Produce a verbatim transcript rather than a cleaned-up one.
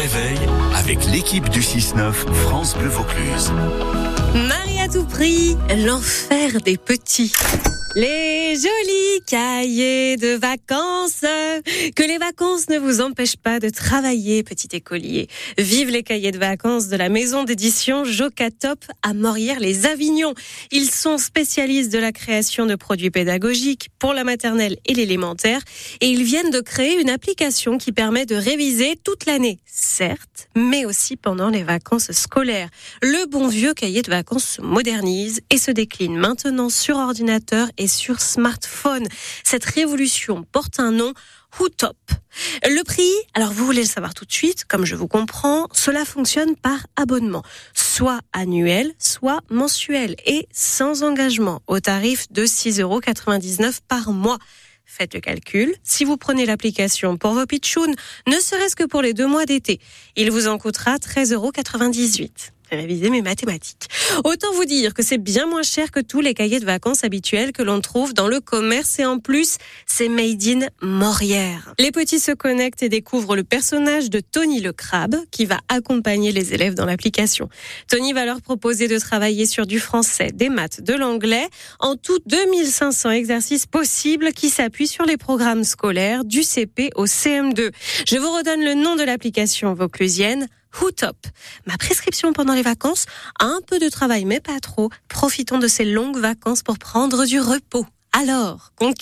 réveil avec l'équipe du six neuf France Bleu Vaucluse. Marie à tout prix, l'enfer des petits. Les jolis cahiers de vacances. Que les vacances ne vous empêchent pas de travailler, petit écolier. Vive les cahiers de vacances de la maison d'édition Jocatop à Morières-les-Avignon. Ils sont spécialistes de la création de produits pédagogiques pour la maternelle et l'élémentaire. Et ils viennent de créer une application qui permet de réviser toute l'année. Certes, mais aussi pendant les vacances scolaires. Le bon vieux cahier de vacances se modernise et se décline maintenant sur ordinateur et sur smartphone. Cette révolution porte un nom, Hootop. Le prix, alors vous voulez le savoir tout de suite, comme je vous comprends, cela fonctionne par abonnement, soit annuel, soit mensuel et sans engagement, au tarif de six euros quatre-vingt-dix-neuf par mois. Faites le calcul, si vous prenez l'application pour vos pitchouns, ne serait-ce que pour les deux mois d'été, il vous en coûtera treize euros quatre-vingt-dix-huit. J'ai révisé mes mathématiques. Autant vous dire que c'est bien moins cher que tous les cahiers de vacances habituels que l'on trouve dans le commerce et en plus, c'est made in Morières. Les petits se connectent et découvrent le personnage de Tony le crabe qui va accompagner les élèves dans l'application. Tony va leur proposer de travailler sur du français, des maths, de l'anglais. En tout, deux mille cinq cents exercices possibles qui s'appuient sur les programmes scolaires du C P au C M deux. Je vous redonne le nom de l'application vauclusienne. Hootop. Ma prescription pendant les vacances, un peu de travail mais pas trop. Profitons de ces longues vacances pour prendre du repos. Alors, conquis ?